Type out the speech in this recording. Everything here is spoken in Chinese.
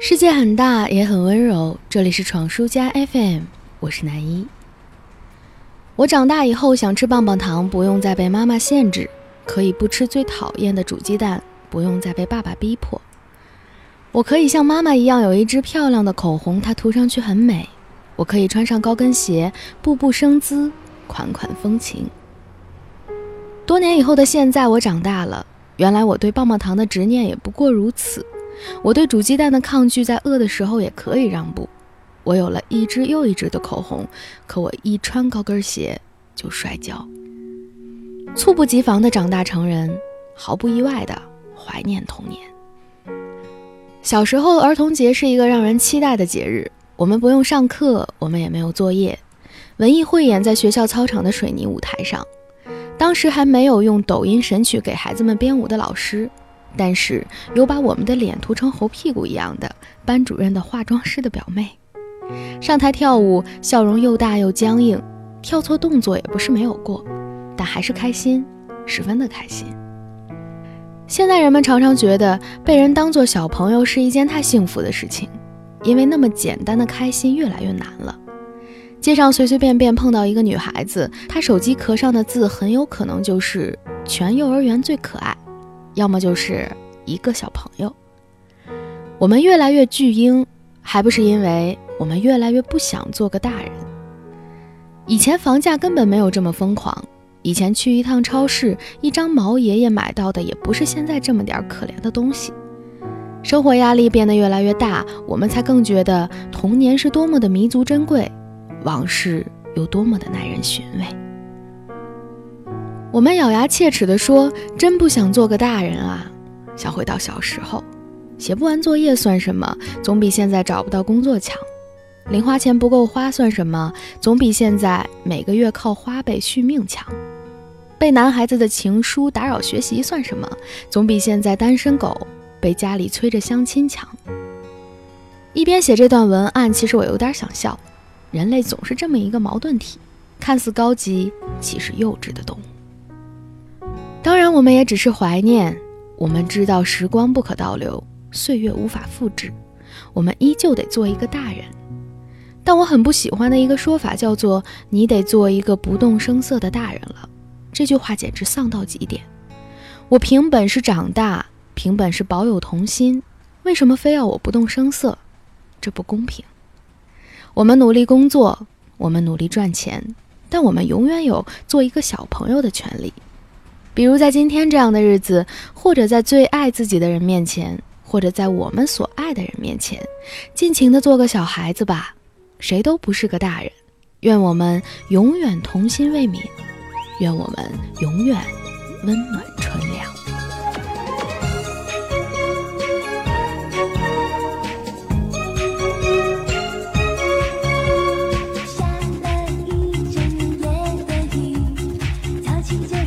世界很大也很温柔，这里是闯书家 FM， 我是南一。我长大以后想吃棒棒糖，不用再被妈妈限制，可以不吃最讨厌的煮鸡蛋，不用再被爸爸逼迫。我可以像妈妈一样有一支漂亮的口红，它涂上去很美。我可以穿上高跟鞋，步步生姿，款款风情。多年以后的现在，我长大了，原来我对棒棒糖的执念也不过如此。我对煮鸡蛋的抗拒，在饿的时候也可以让步。我有了一支又一支的口红，可我一穿高跟鞋就摔跤。猝不及防地长大成人，毫不意外地怀念童年。小时候，儿童节是一个让人期待的节日，我们不用上课，我们也没有作业。文艺汇演在学校操场的水泥舞台上，当时还没有用抖音神曲给孩子们编舞的老师，但是有把我们的脸涂成猴屁股一样的班主任的化妆师的表妹。上台跳舞，笑容又大又僵硬，跳错动作也不是没有过，但还是开心，十分的开心。现在人们常常觉得被人当作小朋友是一件太幸福的事情，因为那么简单的开心越来越难了。街上随随便便碰到一个女孩子，她手机壳上的字很有可能就是全幼儿园最可爱，要么就是一个小朋友。我们越来越巨婴，还不是因为我们越来越不想做个大人。以前房价根本没有这么疯狂，以前去一趟超市，一张毛爷爷买到的也不是现在这么点可怜的东西。生活压力变得越来越大，我们才更觉得童年是多么的弥足珍贵，往事有多么的耐人寻味。我们咬牙切齿地说，真不想做个大人啊，想回到小时候，写不完作业算什么，总比现在找不到工作强。零花钱不够花算什么，总比现在每个月靠花呗续命强。被男孩子的情书打扰学习算什么，总比现在单身狗被家里催着相亲强。一边写这段文案，其实我有点想笑，人类总是这么一个矛盾体，看似高级，其实幼稚的动物。当然我们也只是怀念，我们知道时光不可倒流，岁月无法复制，我们依旧得做一个大人。但我很不喜欢的一个说法叫做你得做一个不动声色的大人了，这句话简直丧到极点。我凭本事长大，凭本事保有童心，为什么非要我不动声色？这不公平。我们努力工作，我们努力赚钱，但我们永远有做一个小朋友的权利。比如在今天这样的日子，或者在最爱自己的人面前，或者在我们所爱的人面前，尽情地做个小孩子吧，谁都不是个大人。愿我们永远童心未泯，愿我们永远温暖春凉。 下了一整夜的雨，草青